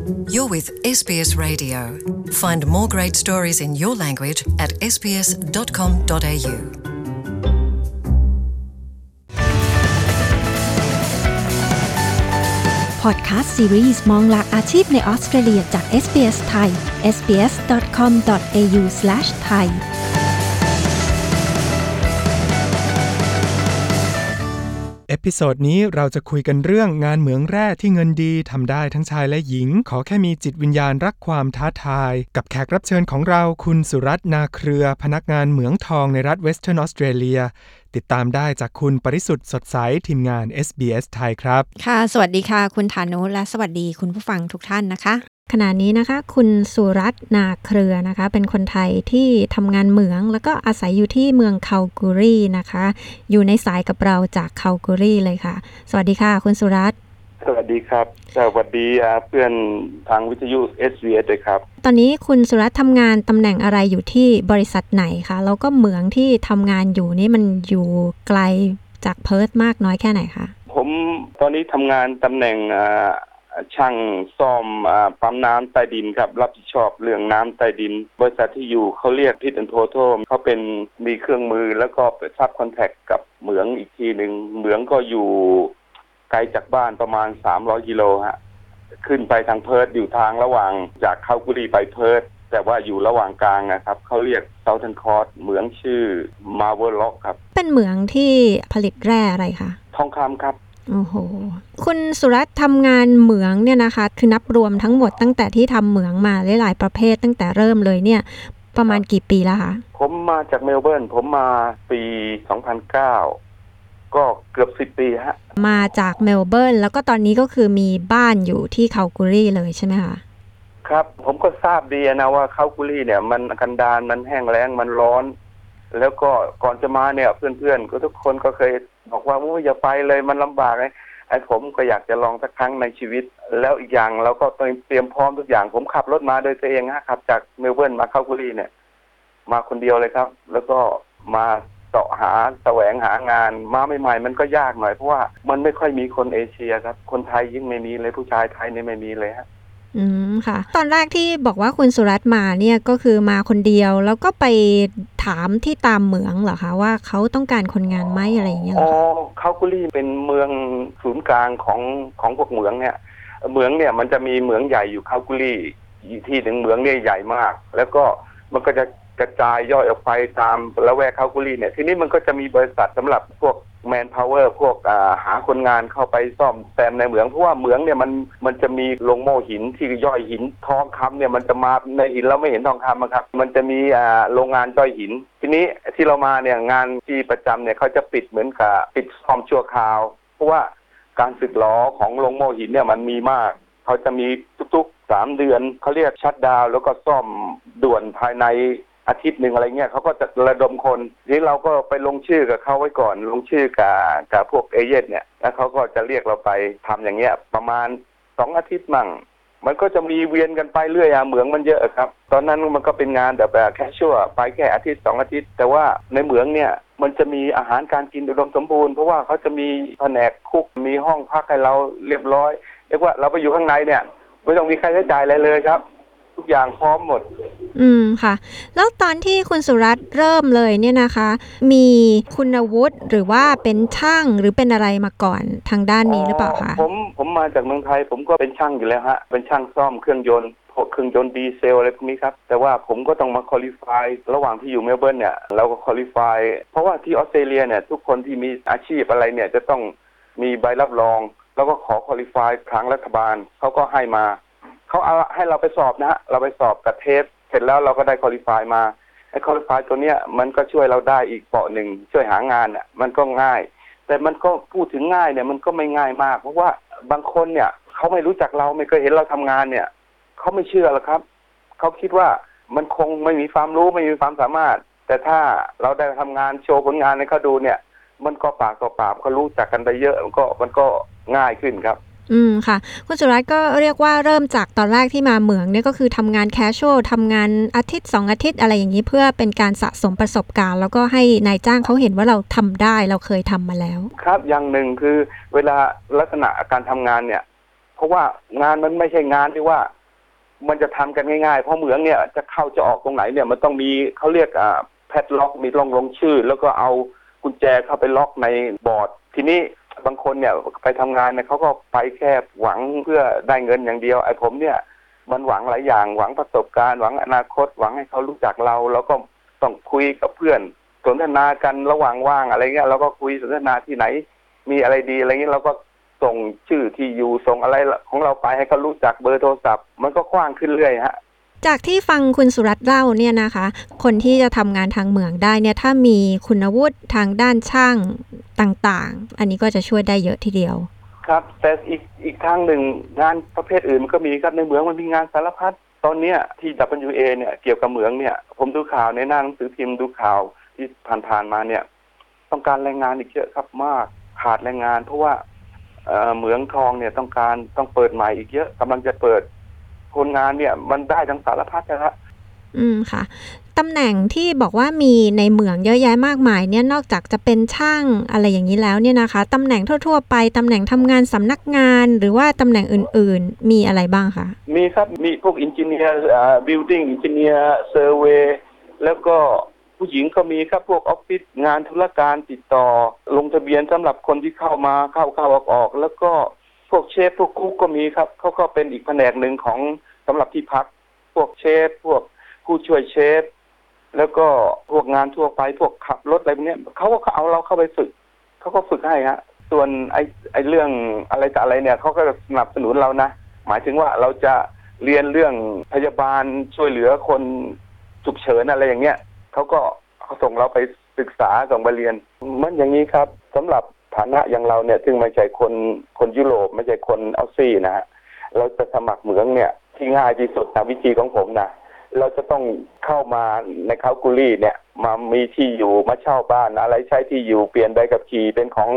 You're with SBS Radio. Find more great stories in your language at sbs.com.au. Podcast Series มองหลักอาชีพในออสเตรเลียจาก SBS ไทย sbs.com.au/thai เอพิโซดนี้เราจะคุยกันเรื่องงานเหมืองแร่ที่เงินดีทำได้ทั้งชายและหญิงขอแค่มีจิตวิญญาณรักความท้าทายกับแขกรับเชิญของเราคุณสุรัตน์นาเครือพนักงานเหมืองทองในรัฐเวสเทิร์นออสเตรเลียติดตามได้จากคุณปริสุทธิ์สดใสทีมงาน SBS ไทยครับค่ะสวัสดีค่ะคุณฐานุและสวัสดีคุณผู้ฟังทุกท่านนะคะขณะนี้นะคะคุณสุรัตน์นาเครือนะคะเป็นคนไทยที่ทำงานเหมืองแล้วก็อาศัยอยู่ที่เมืองคัลกูรีนะคะอยู่ในสายกับเราจากคัลกูรีเลยค่ะสวัสดีค่ะคุณสุรัตน์สวัสดีครับสวัสดีเพื่อนทางวิทยุ SBS ด้วยครับตอนนี้คุณสุรัตน์ทำงานตำแหน่งอะไรอยู่ที่บริษัทไหนคะแล้วก็เหมืองที่ทำงานอยู่นี่มันอยู่ไกลจากเพิร์ธมากน้อยแค่ไหนคะผมตอนนี้ทำงานตำแหน่งช่างซ่อมปั๊มน้ำใต้ดินครับรับผิดชอบเรื่องน้ำใต้ดินบริษัทที่อยู่เขาเรียกพิทแอนด์โทโทเขาเป็นมีเครื่องมือแล้วก็ซับคอนแทคกับเหมืองอีกทีนึงเหมืองก็อยู่ไกลจากบ้านประมาณ300กิโลฮะขึ้นไปทางเพิร์ธอยู่ทางระหว่างจากคัลกูรีไปเพิร์ธแต่ว่าอยู่ระหว่างกลางนะครับเขาเรียกเซาเทิร์นคอร์สเหมืองชื่อมาร์เวอร์ล็อกครับเป็นเหมืองที่ผลิตแร่อะไรคะทองคำครับโอ้โหคุณสุรัตน์ทำงานเหมืองเนี่ยนะคะคือนับรวมทั้งหมดตั้งแต่ที่ทำเหมืองมาหลายๆประเภทตั้งแต่เริ่มเลยเนี่ยประมาณกี่ปีแล้วคะผมมาจากเมลเบิร์นผมมาปี2009ก็เกือบ10ปีฮะมาจากเมลเบิร์นแล้วก็ตอนนี้ก็คือมีบ้านอยู่ที่คัลกูรีเลยใช่ไหมคะครับผมก็ทราบดีนะว่าคัลกูรีเนี่ยมันกันดารมันแห้งแล้งมันร้อนแล้วก็ก่อนจะมาเนี่ยเพื่อนๆก็ทุกคนก็เคยบอกว่าอย่าไปเลยมันลำบากไอ้ผมก็อยากจะลองสักครั้งในชีวิตแล้วอีกอย่างเราก็ต้องเตรียมพร้อมทุกอย่างผมขับรถมาโดยตัวเองขับจากเมลเบิร์นมาคัลกูรีเนี่ยมาคนเดียวเลยครับแล้วก็มาแสวงหางานมาใหม่ๆมันก็ยากหน่อยเพราะว่ามันไม่ค่อยมีคนเอเชียครับคนไทยยิ่งไม่มีเลยผู้ชายไทยนี่ไม่มีเลยฮะค่ะตอนแรกที่บอกว่าคุณสุรัตน์มาเนี่ยก็คือมาคนเดียวแล้วก็ไปถามที่ตามเหมืองเหรอคะว่าเขาต้องการคนงานไหมอะไรอย่างเงี้ยเหรอคัลกูรีเป็นเมืองศูนย์กลางของพวกเหมืองเนี่ยเหมืองเนี่ยมันจะมีเหมืองใหญ่อยู่คัลกูรีอีกที่หนึ่งเหมืองเนี่ยใหญ่มากแล้วก็มันก็จะกระจายย่อยออกไปตามละแวกคัลกูรีเนี่ยทีนี้มันก็จะมีบริษัทสำหรับพวกแมนพาวเวอร์พวกหาคนงานเข้าไปซ่อมแซมในเหมืองเพราะว่าเหมืองเนี่ยมันจะมีโรงโม่หินที่ย่อยหินทองคำเนี่ยมันจะมาในหินเราไม่เห็นทองคำครับมันจะมีโรงงานย่อยหินทีนี้ที่เรามาเนี่ยงานที่ประจำเนี่ยเขาจะปิดเหมือนกับปิดซ่อมชั่วคราวเพราะว่าการสึกหรอของโรงโม่หินเนี่ยมันมีมากเขาจะมีทุกๆ3 เดือนเขาเรียกชัตดาวน์แล้วก็ซ่อมด่วนภายในอาทิตย์หนึ่งอะไรเงี้ยเขาก็จะระดมคนทีเราก็ไปลงชื่อกับเขาไว้ก่อนลงชื่อกับพวกเอเจนต์เนี่ยแล้วเขาก็จะเรียกเราไปทำอย่างเงี้ยประมาณ2 อาทิตย์มั่งมันก็จะมีเวียนกันไปเรื่อยเหมืองมันเยอะครับตอนนั้นมันก็เป็นงานแบบแคชชัวร์ไปแค่อาทิตย์2 อาทิตย์แต่ว่าในเหมืองเนี่ยมันจะมีอาหารการกินอุดมสมบูรณ์เพราะว่าเขาจะมีแผนกคุกมีห้องพักให้เราเรียบร้อยเรียกว่าเราไปอยู่ข้างในเนี่ยไม่ต้องมีค่าใช้จ่ายอะไรเลยครับทุกอย่างพร้อมหมดค่ะแล้วตอนที่คุณสุรัตน์เริ่มเลยเนี่ยนะคะมีคุณวุฒิหรือว่าเป็นช่างหรือเป็นอะไรมาก่อนทางด้านนี้หรือเปล่าคะผมมาจากเมืองไทยผมก็เป็นช่างอยู่แล้วฮะเป็นช่างซ่อมเครื่องยนต์ดีเซลอะไรพวกนี้ครับแต่ว่าผมก็ต้องมาควอลิฟายระหว่างที่อยู่เมลเบิร์นเนี่ยเราก็ควอลิฟายเพราะว่าที่ออสเตรเลียเนี่ยทุกคนที่มีอาชีพอะไรเนี่ยจะต้องมีใบรับรองแล้วก็ขอควอลิฟายทางรัฐบาลเขาก็ให้มาเขาเอาให้เราไปสอบนะฮะเราไปสอบกับเทสเสร็จแล้วเราก็ได้ควอลิฟายมาไอ้ควอลิฟายตัวเนี้ยมันก็ช่วยเราได้อีกเปาะหนึ่งช่วยหางานมันก็ง่ายแต่มันก็พูดถึงง่ายเนี่ยมันก็ไม่ง่ายมากเพราะว่าบางคนเนี่ยเขาไม่รู้จักเราไม่เคยเห็นเราทำงานเนี่ยเขาไม่เชื่อหรอกครับเขาคิดว่ามันคงไม่มีความรู้ไม่มีความสามารถแต่ถ้าเราได้ทำงานโชว์ผลงานให้เขาดูเนี่ยมันก็ปากต่อปากเขารู้จักกันไปเยอะมันก็ง่ายขึ้นครับค่ะคุณสุรัตน์ก็เรียกว่าเริ่มจากตอนแรกที่มาเหมืองเนี่ยก็คือทำงานแคชชวลทำงานอาทิตย์2 อาทิตย์อะไรอย่างนี้เพื่อเป็นการสะสมประสบการณ์แล้วก็ให้นายจ้างเขาเห็นว่าเราทำได้เราเคยทำมาแล้วครับอย่างหนึ่งคือเวลาลักษณะการทำงานเนี่ยเพราะว่างานมันไม่ใช่งานที่ว่ามันจะทำกันง่ายๆเพราะเหมืองเนี่ยจะเข้าจะออกตรงไหนเนี่ยมันต้องมีเขาเรียกแพดล็อกมีร่องลงชื่อแล้วก็เอากุญแจเข้าไปล็อกในบอร์ดทีนี้บางคนเนี่ยไปทำงานเนี่ยเขาก็ไปแค่หวังเพื่อได้เงินอย่างเดียวไอ้ผมเนี่ยมันหวังหลายอย่างหวังประสบการณ์หวังอนาคตหวังให้เขารู้จักเราแล้วก็ต้องคุยกับเพื่อนสนทนากันระหว่างว่างอะไรเงี้ยเราก็คุยสนทนาที่ไหนมีอะไรดีอะไรเงี้ยเราก็ส่งชื่อที่อยู่ส่งอะไรของเราไปให้เขารู้จักเบอร์โทรศัพท์มันก็กว้างขึ้นเรื่อยฮะจากที่ฟังคุณสุรัตน์เล่าเนี่ยนะคะคนที่จะทำงานทางเหมืองได้เนี่ยถ้ามีคุณวุฒิทางด้านช่างต่างๆอันนี้ก็จะช่วยได้เยอะทีเดียวครับแต่อีกทางหนึ่งงานประเภทอื่นมันก็มีครับในเหมืองมันมีงานสารพัดตอนนี้ที่ WA เนี่ยเกี่ยวกับเหมืองเนี่ยผมดูข่าวในหน้าหนังสือพิมพ์ดูข่าวที่ผ่านมาเนี่ยต้องการแรงงานอีกเยอะครับมากขาดแรงงานเพราะว่าเหมืองทองเนี่ยต้องเปิดใหม่อีกเยอะกำลังจะเปิดคนงานเนี่ยมันได้ทั้งสารพัดนะครับค่ะตำแหน่งที่บอกว่ามีในเหมืองเยอะแยะมากมายเนี่ยนอกจากจะเป็นช่างอะไรอย่างนี้แล้วเนี่ยนะคะตำแหน่งทั่วๆไปตำแหน่งทำงานสำนักงานหรือว่าตำแหน่งอื่นๆมีอะไรบ้างคะมีครับมีพวกอินจิเนียร์building อินจิเนียร์เซอร์เวย์แล้วก็ผู้หญิงก็มีครับพวกออฟฟิศงานธุรการติดต่อลงทะเบียนสำหรับคนที่เข้ามาเข้าออกแล้วก็พวกเชฟพวกคุกก็มีครับเขาก็เป็นอีกแผนกหนึ่งของสำหรับที่พักพวกเชฟพวกผู้ช่วยเชฟแล้วก็พวกงานทั่วไปพวกขับรถอะไรพวกนี้เขาก็เอาเราเข้าไปฝึกเขาก็ฝึกให้ฮะส่วนไอ้เรื่องอะไรแต่อะไรเนี่ยเขาก็สนับสนุนเรานะหมายถึงว่าเราจะเรียนเรื่องพยาบาลช่วยเหลือคนฉุกเฉินอะไรอย่างเงี้ยเขาส่งเราไปศึกษาส่งไปเรียนมันอย่างนี้ครับสำหรับฐานะอย่างเราเนี่ยซึ่งไม่ใช่คนยุโรปไม่ใช่คนออสซี่นะฮะเราจะสมัครเหมืองเนี่ยที่ง่ายที่สุดนะวิธีของผมนะเราจะต้องเข้ามาในคาลกูลี่เนี่ยมามีที่อยู่มาเช่าบ้านอะไรใช้ที่อยู่เปลี่ยนใบขับขี่เป็นของ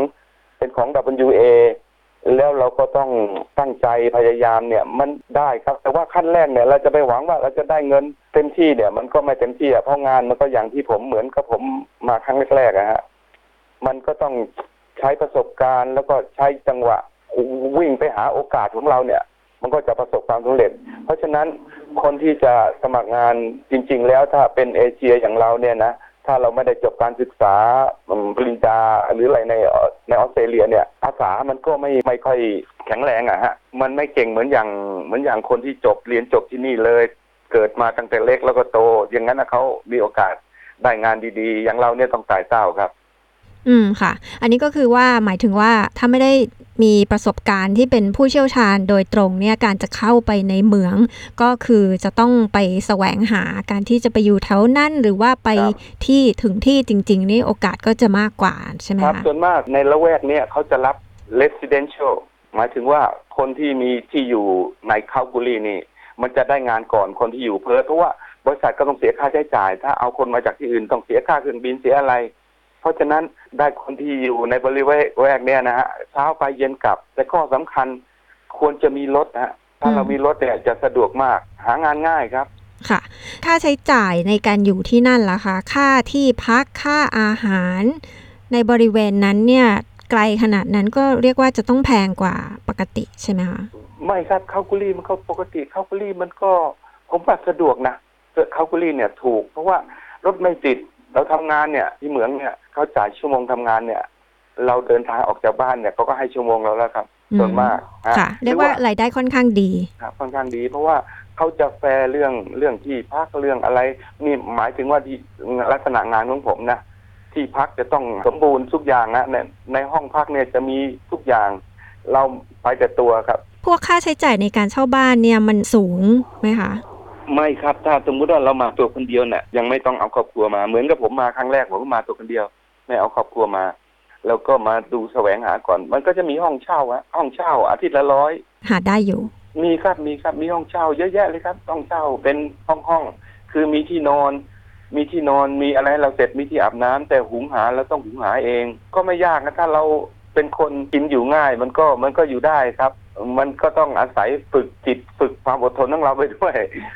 WA แล้วเราก็ต้องตั้งใจพยายามเนี่ยมันได้ครับแต่ว่าขั้นแรกเนี่ยเราจะไปหวังว่าเราจะได้เงินเต็มที่เนี่ยมันก็ไม่เต็มที่เพราะงานมันก็อย่างที่ผมเหมือนกับผมมาครั้งแรกๆฮะมันก็ต้องใช้ประสบการณ์แล้วก็ใช้จังหวะวิ่งไปหาโอกาสของเราเนี่ยมันก็จะประสบความสำเร็จเพราะฉะนั้นคนที่จะสมัครงานจริงๆแล้วถ้าเป็นเอเชียอย่างเราเนี่ยนะถ้าเราไม่ได้จบการศึกษาปริญญาหรืออะไรในออสเตรเลียเนี่ยภาษามันก็ไม่ค่อยแข็งแรงฮะมันไม่เก่งเหมือนอย่างคนที่เรียนจบที่นี่เลยเกิดมาตั้งแต่เล็กแล้วก็โตอย่างนั้นนะเขามีโอกาสได้งานดีๆอย่างเราเนี่ยต้องตายเต้าครับค่ะอันนี้ก็คือว่าหมายถึงว่าถ้าไม่ได้มีประสบการณ์ที่เป็นผู้เชี่ยวชาญโดยตรงเนี่ยการจะเข้าไปในเหมืองก็คือจะต้องไปแสวงหาการที่จะไปอยู่แถวนั้นหรือว่าไปที่ถึงที่จริงๆนี่โอกาสก็จะมากกว่าใช่ไหมคะครับส่วนมากในละแวกนี้เขาจะรับ residential หมายถึงว่าคนที่มีที่อยู่ในคาลกูลี่นี่มันจะได้งานก่อนคนที่อยู่เพิร์ธเพราะว่าบริษัทก็ต้องเสียค่าใช้จ่ายถ้าเอาคนมาจากที่อื่นต้องเสียค่าเครื่องบินเสียอะไรเพราะฉะนั้นได้คนที่อยู่ในบริเวณแวกเนี่ยนะฮะเช้าไปเย็นกลับแต่ข้อสำคัญควรจะมีรถนะฮะถ้าเรามีรถเนี่ยจะสะดวกมากหางานง่ายครับค่ะค่าใช้จ่ายในการอยู่ที่นั่นล่ะคะค่าที่พักค่าอาหารในบริเวณนั้นเนี่ยไกลขนาดนั้นก็เรียกว่าจะต้องแพงกว่าปกติใช่ไหมคะไม่ครับคาลกูลี่มันก็ปกติคาลกูลี่มันก็ผมว่าสะดวกนะคาลกูลี่เนี่ยถูกเพราะว่ารถไม่ติดเราทำงานเนี่ยที่เหมืองเนี่ยเขาจ่ายชั่วโมงทำงานเนี่ยเราเดินทางออกจากบ้านเนี่ยเขาก็ให้ชั่วโมงเราแล้วครับส่วนมากค่ะเรียกว่ารายได้ค่อนข้างดีครับค่อนข้างดีเพราะว่าเขาจะแฟร์เรื่องที่พักเรื่องอะไรนี่หมายถึงว่าที่ลักษณะงานของผมนะที่พักจะต้องสมบูรณ์ทุกอย่างนะในห้องพักเนี่ยจะมีทุกอย่างเราไปแต่ตัวครับพวกค่าใช้จ่ายในการเช่าบ้านเนี่ยมันสูงไหมคะไม่ครับถ้าสมมุติว่าเรามาตัวคนเดียวเนี่ยยังไม่ต้องเอาครอบครัวมาเหมือนกับผมมาครั้งแรกผมก็มาตัวคนเดียวไม่เอาครอบครัวมาแล้วก็มาดูแสวงหาก่อนมันก็จะมีห้องเช่าห้องเช่าอาทิตย์ละ100 หาได้อยู่มีครับมีห้องเช่าเยอะแยะเลยครับห้องเช่าเป็นห้องคือมีที่นอนมีอะไรเราเสร็จมีที่อาบน้ำแต่หุงหาแล้วต้องหุงหาเองก็ไม่ยากนะถ้าเราเป็นคนกินอยู่ง่ายมันก็อยู่ได้ครับมันก็ต้องอาศัยฝึกจิตฝึกความอดทนของเราไปด้วย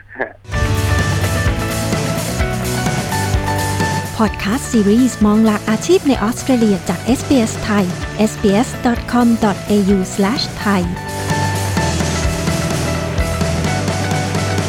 พอดคาสต์ซีรีส์มองหลากอาชีพในออสเตรเลียจาก SBS ไทย sbs.com.au/thai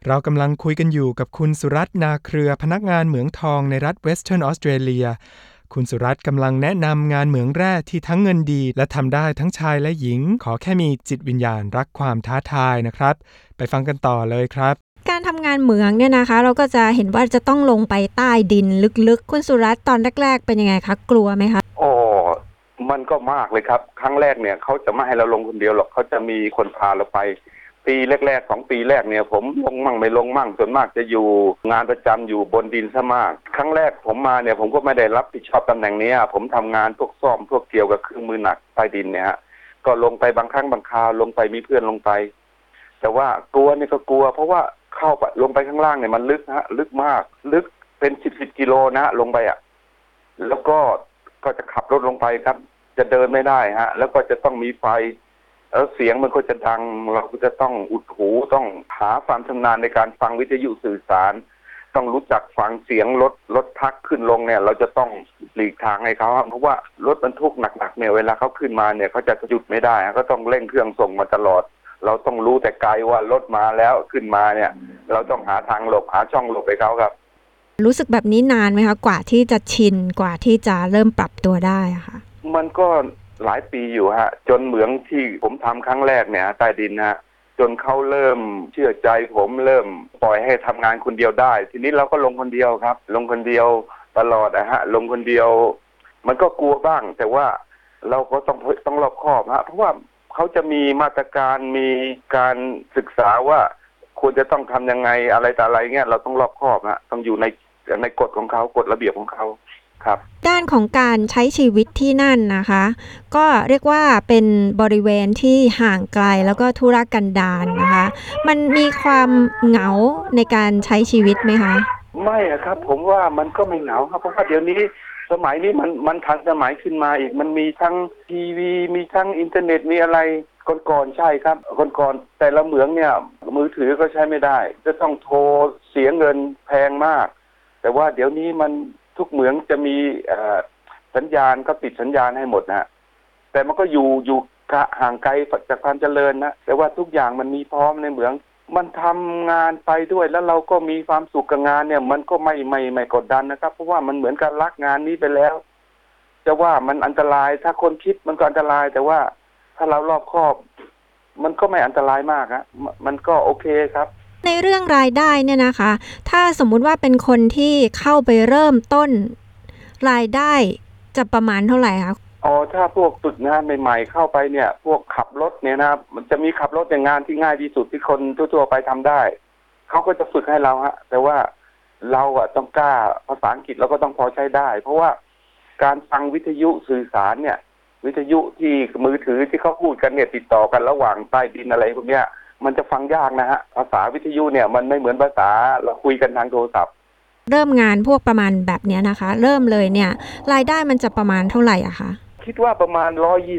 เรากำลังคุยกันอยู่กับคุณสุรัตน์นาเครือพนักงานเหมืองทองในรัฐเวสเทิร์นออสเตรเลียคุณสุรัตน์กำลังแนะนำงานเหมืองแร่ที่ทั้งเงินดีและทำได้ทั้งชายและหญิงขอแค่มีจิตวิญญาณรักความท้าทายนะครับไปฟังกันต่อเลยครับการทำงานเหมืองเนี่ยนะคะเราก็จะเห็นว่าจะต้องลงไปใต้ดินลึกๆคุณสุรัตน์ตอนแรกๆเป็นยังไงคะกลัวไหมคะมันก็มากเลยครับครั้งแรกเนี่ยเขาจะไม่ให้เราลงคนเดียวหรอกเขาจะมีคนพาเราไปปีแรกๆ2 ปีแรกเนี่ยผมลงมั่งไม่ลงมั่งส่วนมากจะอยู่งานประจำอยู่บนดินซะมากครั้งแรกผมมาเนี่ยผมก็ไม่ได้รับผิดชอบตำแหน่งนี้ผมทำงานพวกซ่อมพวกเกี่ยวกับเครื่องมือหนักใต้ดินเนี่ยฮะก็ลงไปบางครั้งบางคราวลงไปมีเพื่อนลงไปแต่ว่ากลัวเนี่ยก็กลัวเพราะว่าเข้าไปลงไปข้างล่างเนี่ยมันลึกฮะลึกมากลึกเป็น10กิโลนะลงไปแล้วก็จะขับรถลงไปครับจะเดินไม่ได้ฮะแล้วก็จะต้องมีไฟแล้วเสียงมันก็จะดังเราก็จะต้องอุดหูต้องหาความชำนาญในการฟังวิทยุสื่อสารต้องรู้จักฟังเสียงรถทักขึ้นลงเนี่ยเราจะต้องหลีกทางให้เขาเพราะว่ารถบรรทุกหนักๆเนี่ยเวลาเขาขึ้นมาเนี่ยเขาจะหยุดไม่ได้ก็ต้องเร่งเครื่องส่งมาตลอดเราต้องรู้แต่ไกลว่ารถมาแล้วขึ้นมาเนี่ยเราต้องหาทางหลบหาช่องหลบให้เขาครับรู้สึกแบบนี้นานไหมคะกว่าที่จะชินกว่าที่จะเริ่มปรับตัวได้ค่ะมันก็หลายปีอยู่ฮะจนเหมืองที่ผมทำครั้งแรกเนี่ยใต้ดินฮะจนเขาเริ่มเชื่อใจผมเริ่มปล่อยให้ทำงานคนเดียวได้ทีนี้เราก็ลงคนเดียวครับลงคนเดียวตลอดฮะลงคนเดียวมันก็กลัวบ้างแต่ว่าเราก็ต้องรอบคอบฮะเพราะว่าเขาจะมีมาตรการมีการศึกษาว่าควรจะต้องทำยังไงอะไรแต่อะไรเงี้ยเราต้องรอบคอบฮะต้องอยู่ในกฎของเขากฎระเบียบของเขาครับด้านของการใช้ชีวิตที่นั่นนะคะก็เรียกว่าเป็นบริเวณที่ห่างไกลแล้วก็ทุรกันดารนะคะมันมีความเหงาในการใช้ชีวิตไหมคะไม่ครับผมว่ามันก็ไม่เหงาครับเพราะว่าเดี๋ยวนี้สมัยนี้มันทันสมัยขึ้นมาอีกมันมีทั้งทีวีมีทั้งอินเทอร์เน็ตมีอะไรก่อนใช่ครับก่อนแต่ละเหมืองเนี่ยมือถือก็ใช้ไม่ได้จะต้องโทรเสียเงินแพงมากแต่ว่าเดี๋ยวนี้มันทุกเหมืองจะมีสัญญาณก็ติดสัญญาณให้หมดนะแต่มันก็อยู่ห่างไกลจากความเจริญนะแต่ว่าทุกอย่างมันมีพร้อมในเหมืองมันทำงานไปด้วยแล้วเราก็มีความสุขกับงานเนี่ยมันก็ไม่กดดันนะครับเพราะว่ามันเหมือนการรักงานนี้ไปแล้วจะว่ามันอันตรายถ้าคนคิดมันก็อันตรายแต่ว่าถ้าเรารอบคอบมันก็ไม่อันตรายมากฮะมันก็โอเคครับในเรื่องรายได้เนี่ยนะคะถ้าสมมุติว่าเป็นคนที่เข้าไปเริ่มต้นรายได้จะประมาณเท่าไหร่คะถ้าพวกฝึกงานใหม่ๆเข้าไปเนี่ยพวกขับรถเนี่ยนะมันจะมีขับรถในงานที่ง่ายที่สุดที่คนทั่วๆไปทำได้เขาก็จะฝึกให้เราฮะแต่ว่าเราต้องกล้าภาษาอังกฤษเราก็ต้องพอใช้ได้เพราะว่าการฟังวิทยุสื่อสารเนี่ยวิทยุที่มือถือที่เขาพูดกันเนี่ยติดต่อกันระหว่างใต้ดินอะไรพวกเนี้ยมันจะฟังยากนะฮะภาษาวิทยุเนี่ยมันไม่เหมือนภาษาเราคุยกันทางโทรศัพท์เริ่มงานพวกประมาณแบบนี้นะคะเริ่มเลยเนี่ยรายได้มันจะประมาณเท่าไหร่อะคะคิดว่าประมาณ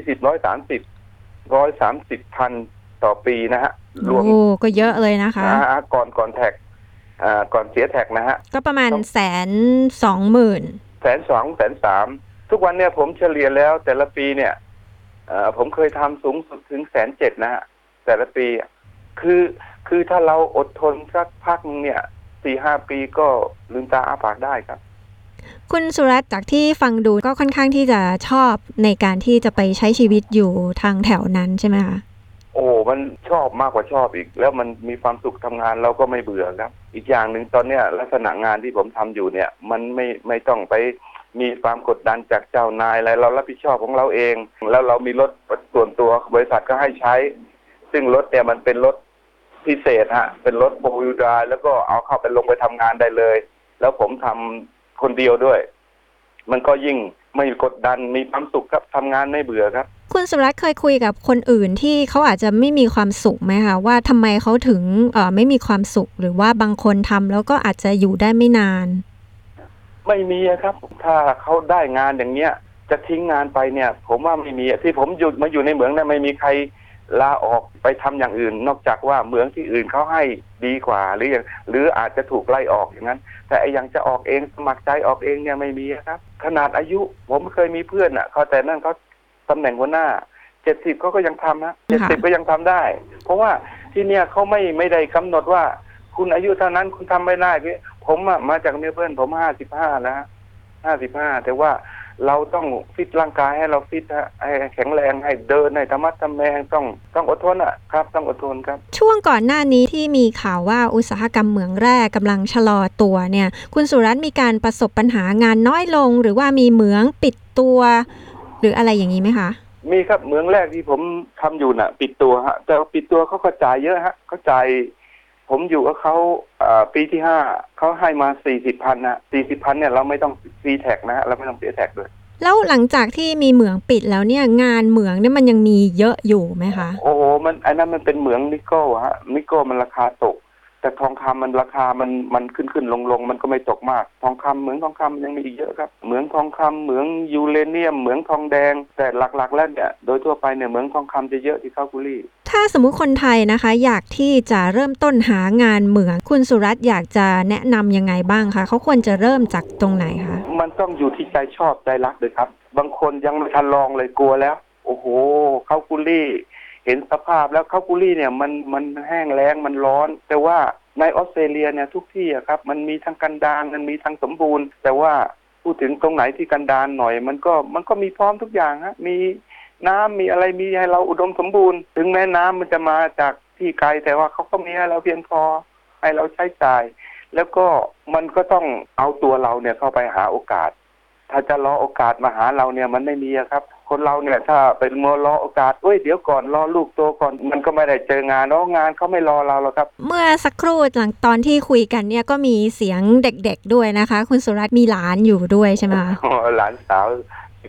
130 พันต่อปีนะฮะรวมก็เยอะเลยนะคะก่อนแท็กก่อนเสียแท็กนะฮะก็ประมาณ120,000 120,000 ทุกวันเนี่ยผมเฉลี่ยแล้วแต่ละปีเนี่ยผมเคยทำสูงสุดถึง107,000นะฮะแต่ละปีคือถ้าเราอดทนสักพักนึงเนี่ย 4-5 ปีก็ลืมตาอ้าปากได้ครับคุณสุรัตน์จากที่ฟังดูก็ค่อนข้างที่จะชอบในการที่จะไปใช้ชีวิตอยู่ทางแถวนั้นใช่ไหมคะมันชอบมากกว่าชอบอีกแล้วมันมีความสุขทำงานเราก็ไม่เบื่อครับอีกอย่างหนึ่งตอนเนี้ยลักษณะงานที่ผมทำอยู่เนี่ยมันไม่ต้องไปมีความกดดันจากเจ้านายอะไรเรารับผิดชอบของเราเองแล้วเรามีรถส่วนตัวบริษัทก็ให้ใช้ซึ่งรถเนี่ยมันเป็นรถพิเศษฮะเป็นรถโฟร์วิลด์ไดรฟ์แล้วก็เอาเข้าไปลงไปทำงานได้เลยแล้วผมทำคนเดียวด้วยมันก็ยิ่งไม่กดดันมีความสุขครับทำงานไม่เบื่อครับคุณสุรัตน์เคยคุยกับคนอื่นที่เขาอาจจะไม่มีความสุขไหมคะว่าทำไมเขาถึงไม่มีความสุขหรือว่าบางคนทำแล้วก็อาจจะอยู่ได้ไม่นานไม่มีครับถ้าเขาได้งานอย่างเนี้ยจะทิ้งงานไปเนี่ยผมว่าไม่มีที่ผมมาอยู่ในเหมืองนั้นไม่มีใครลาออกไปทำอย่างอื่นนอกจากว่าเหมืองที่อื่นเขาให้ดีกว่าหรืออาจจะถูกไล่ออกอย่างนั้นแต่ไอ้ยังจะออกเองสมัครใจออกเองเนี่ยไม่มีครับขนาดอายุผมเคยมีเพื่อนเขาแต่นั่นเขาตำแหน่งหัวหน้า70เขาก็ยังทำนะ70ก็ยังทำได้เพราะว่าที่เนี่ยเขาไม่ได้กำหนดว่าคุณอายุเท่านั้นคุณทำไม่ได้ผมมาจากเมลเบิร์นผม55แล้ว55แต่ว่าเราต้องฟิตร่างกายให้เราฟิตให้แข็งแรงให้เดินให้ธรรมะทำแมงต้องอดทนครับต้องอดทนครับช่วงก่อนหน้านี้ที่มีข่าวว่าอุตสาหกรรมเหมืองแร่กำลังชะลอตัวเนี่ยคุณสุรัตน์มีการประสบปัญหางานน้อยลงหรือว่ามีเหมืองปิดตัวหรืออะไรอย่างนี้ไหมคะมีครับเหมืองแรกที่ผมทำอยู่ปิดตัวแต่ปิดตัวเขาก็จ่ายเยอะเขาจ่ายผมอยู่กับเขาปีที่5เขาให้มา40,000เนี่ยเราไม่ต้องฟรีแท็กเราไม่ต้องเสียแท็กด้วยแล้วหลังจากที่มีเหมืองปิดแล้วเนี่ยงานเหมืองเนี่ยมันยังมีเยอะอยู่ไหมคะโอ้โหอันนั้นมันเป็นเหมืองนิกเกิลนิกเกิลมันราคาตกแต่ทองคำมันราคามันขึ้นลงมันก็ไม่ตกมากทองคำเหมืองทองคำยังมีอีกเยอะครับเหมืองทองคำเหมืองยูเรเนียมเหมืองทองแดงแต่หลักๆแล้วเนี่ยโดยทั่วไปเนี่ยเหมืองทองคำจะเยอะที่คาลการีถ้าสมมุติคนไทยนะคะอยากที่จะเริ่มต้นหางานเหมืองคุณสุรัตน์อยากจะแนะนำยังไงบ้างคะเขาควรจะเริ่มจากตรงไหนคะมันต้องอยู่ที่ใจชอบใจรักเลยครับบางคนยังไม่ทันลองเลยกลัวแล้วโอ้โหคาลการีเห็นสภาพแล้วคาลการีเนี่ยมันแห้งแล้งมันร้อนแต่ว่าในออสเตรเลียเนี่ยทุกที่ครับมันมีทั้งกันดารมันมีทั้งสมบูรณ์แต่ว่าพูดถึงตรงไหนที่กันดารหน่อยมันก็มีพร้อมทุกอย่างมีน้ำมีอะไรมีให้เราอุดมสมบูรณ์ถึงแม้น้ำมันจะมาจากที่ไกลแต่ว่าเขาก็มีให้เราเพียงพอให้เราใช้จ่ายแล้วก็มันก็ต้องเอาตัวเราเนี่ยเข้าไปหาโอกาสถ้าจะรอโอกาสมาหาเราเนี่ยมันไม่มีครับคนเราเนี่ยถ้าเป็นมัวรอโอกาสเดี๋ยวก่อนรอลูกโตก่อนมันก็ไม่ได้เจองานงานเขาไม่รอเราหรอกครับเมื่อสักครู่หลังตอนที่คุยกันเนี่ยก็มีเสียงเด็กๆด้วยนะคะคุณสุรัตน์มีหลานอยู่ด้วยใช่ไหมคะหลานสาว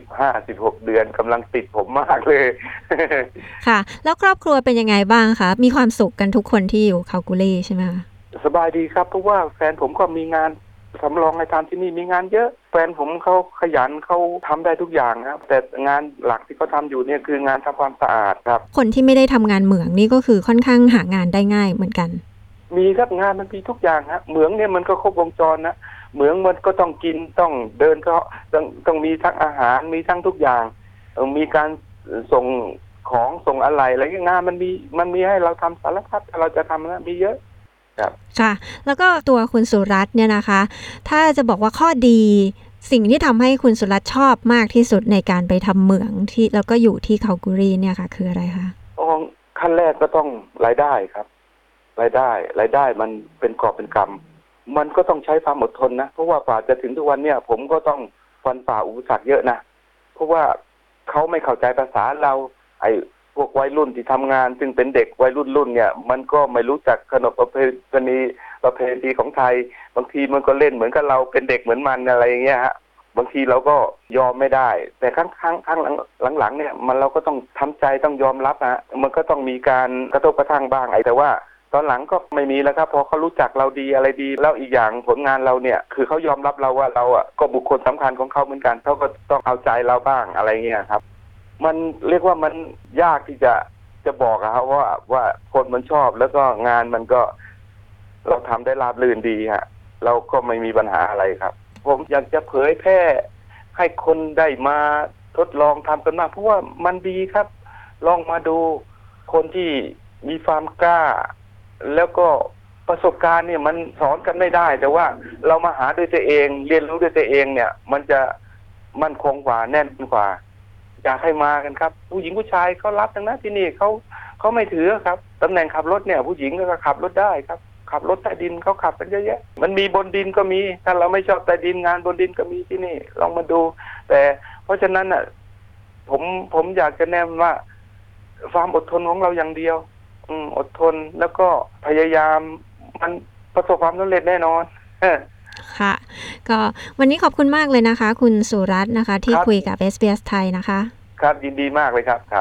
15-16 เดือนกำลังติดผมมากเลยค่ะแล้วครอบครัวเป็นยังไงบ้างคะมีความสุขกันทุกคนที่อยู่คาลการีใช่ไหมคะสบายดีครับเพราะว่าแฟนผมก็มีงานสำรองในทำที่นี่มีงานเยอะแฟนผมเขาขยันเขาทำได้ทุกอย่างครับแต่งานหลักที่เขาทำอยู่เนี่ยคืองานทำความสะอาดครับคนที่ไม่ได้ทำงานเหมืองนี่ก็คือค่อนข้างหางานได้ง่ายเหมือนกันมีครับงานมันมีทุกอย่างเหมืองเนี่ยมันก็ครบวงจรเหมืองมันก็ต้องกินต้องเดินก็ต้องมีทั้งอาหารมีทั้งทุกอย่างมีการส่งของส่งอะไรงานมันมีให้เราทำสารพัดเราจะทำนะมีเยอะค่ะแล้วก็ตัวคุณสุรัตน์เนี่ยนะคะถ้าจะบอกว่าข้อดีสิ่งที่ทำให้คุณสุรัตน์ชอบมากที่สุดในการไปทำเหมืองที่แล้วก็อยู่ที่คาลการีเนี่ยค่ะคืออะไรคะขั้นแรกก็ต้องรายได้ครับรายได้มันเป็นกอบเป็นกำมันก็ต้องใช้ความอดทนนะเพราะว่ากว่าจะถึงทุกวันเนี่ยผมก็ต้องฟันฝ่าอุปสรรคเยอะนะเพราะว่าเขาไม่เข้าใจภาษาเราพวกวัยรุ่นที่ทำงานซึ่งเป็นเด็กวัยรุ่นเนี่ยมันก็ไม่รู้จักขนบประเพณีของไทยบางทีมันก็เล่นเหมือนกับเราเป็นเด็กเหมือนมันอะไรอย่างเงี้ยบางทีเราก็ยอมไม่ได้แต่ครั้งหลังเนี่ยมันเราก็ต้องทำใจต้องยอมรับมันก็ต้องมีการกระทบกระทั่งบ้างแต่ว่าตอนหลังก็ไม่มีแล้วครับพอเขารู้จักเราดีอะไรดีแล้วอีกอย่างผลงานเราเนี่ยคือเขายอมรับเราว่าเราก็บุคคลสำคัญของเขาเหมือนกันเขาก็ต้องเอาใจเราบ้างอะไรเงี้ยครับมันเรียกว่ามันยากที่จะบอกครับว่าคนมันชอบแล้วก็งานมันก็เราทำได้ราบรื่นดีเราก็ไม่มีปัญหาอะไรครับผมอยากจะเผยแพร่ให้คนได้มาทดลองทำกันมากเพราะว่ามันดีครับลองมาดูคนที่มีความกล้าแล้วก็ประสบการณ์เนี่ยมันสอนกันไม่ได้แต่ว่าเรามาหาด้วยตัวเองเรียนรู้ด้วยตัวเองเนี่ยมันจะมั่นคงกว่าแน่นกว่าอยากให้มากันครับผู้หญิงผู้ชายเขารับทั้งนั้นที่นี่เขาไม่ถือครับตำแหน่งขับรถเนี่ยผู้หญิงก็ขับรถได้ครับขับรถใต้ดินเขาขับกันเยอะแยะมันมีบนดินก็มีถ้าเราไม่ชอบใต้ดินงานบนดินก็มีที่นี่ลองมาดูแต่เพราะฉะนั้นผมอยากจะแนะนำว่าความอดทนของเราอย่างเดียวอดทนแล้วก็พยายามมันประสบความสำเร็จแน่นอนค่ะก็วันนี้ขอบคุณมากเลยนะคะคุณสุรัตน์นะคะที่คุยกับ SBS ไทยนะคะครับยินดีมากเลยครับ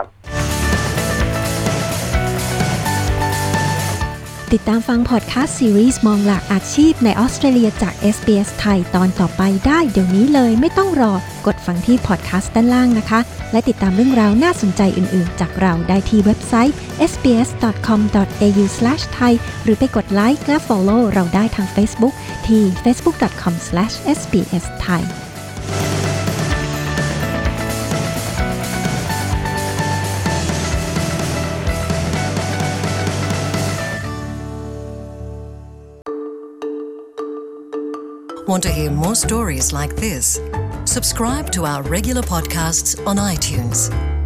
ติดตามฟังพอดแคสต์ซีรีส์มองหลากอาชีพในออสเตรเลียจาก SBS ไทยตอนต่อไปได้เดี๋ยวนี้เลยไม่ต้องรอกดฟังที่พอดแคสต์ด้านล่างนะคะและติดตามเรื่องราวน่าสนใจอื่นๆจากเราได้ที่เว็บไซต์ sbs.com.au/thai หรือไปกดไลค์และ follow เราได้ทาง Facebook ที่ facebook.com/sbsthai Want to hear more stories like this? Subscribe to our regular podcasts on iTunes.